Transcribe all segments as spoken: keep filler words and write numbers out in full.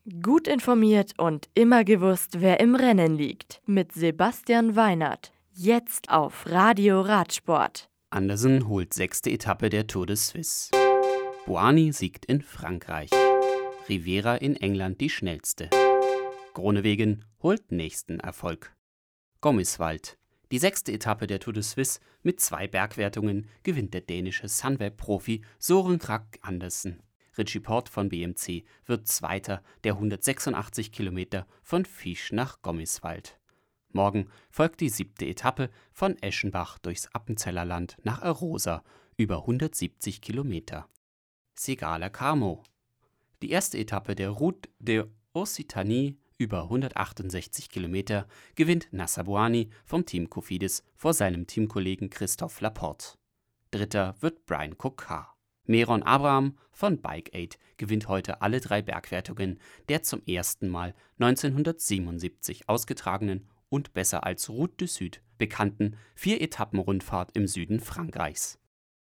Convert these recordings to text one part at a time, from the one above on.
Gut informiert und immer gewusst, wer im Rennen liegt. Mit Sebastian Weinert. Jetzt auf Radio Radsport. Andersen holt sechste Etappe der Tour de Suisse. Bouhanni siegt in Frankreich. Rivera in England die schnellste. Groenewegen holt nächsten Erfolg. Gommiswald. Die sechste Etappe der Tour de Suisse mit zwei Bergwertungen gewinnt der dänische Sunweb-Profi Søren Kragh Andersen. Richie Porte von B M C wird Zweiter der hundertsechsundachtzig Kilometer von Fiche nach Gommiswald. Morgen folgt die siebte Etappe von Eschenbach durchs Appenzeller Land nach Arosa über hundertsiebzig Kilometer. Segala Carmo. Die erste Etappe der Route de Occitanie über hundertachtundsechzig Kilometer gewinnt Nacer Bouhanni vom Team Cofidis vor seinem Teamkollegen Christophe Laporte. Dritter wird Brian Coquard. Meron Abraham von Bike Aid gewinnt heute alle drei Bergwertungen der zum ersten Mal neunzehnhundertsiebenundsiebzig ausgetragenen und besser als Route du Sud bekannten Vier-Etappen-Rundfahrt im Süden Frankreichs.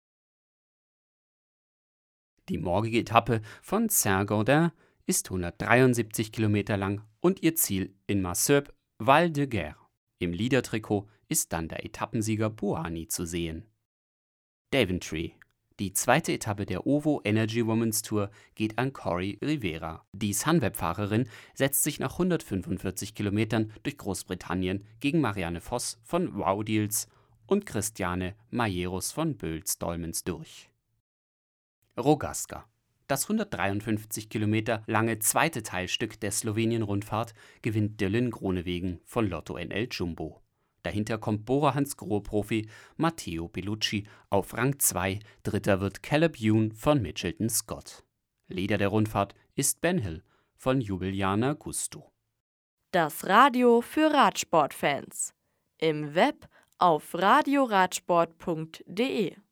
Die morgige Etappe von Saint-Gaudens ist hundertdreiundsiebzig Kilometer lang und ihr Ziel in Marseille, Val de Guerre. Im Leader-Trikot ist dann der Etappensieger Bouhanni zu sehen. Daventry. Die zweite Etappe der O V O Energy Women's Tour geht an Cory Rivera. Die Sunweb-Fahrerin setzt sich nach hundertfünfundvierzig Kilometern durch Großbritannien gegen Marianne Vos von Wow Deals und Christiane Mayeros von Böls Dolmens durch. Rogaška. Das hundertdreiundfünfzig Kilometer lange zweite Teilstück der Slowenien-Rundfahrt gewinnt Dylan Groenewegen von Lotto N L Jumbo. Dahinter kommt Bora-Hansgrohe-Profi Matteo Bellucci auf Rang zwei, dritter wird Caleb Ewan von Mitchelton Scott. Leader der Rundfahrt ist Ben Hill von Ljubljana Gusto. Das Radio für Radsportfans. Im Web auf radioradsport punkt de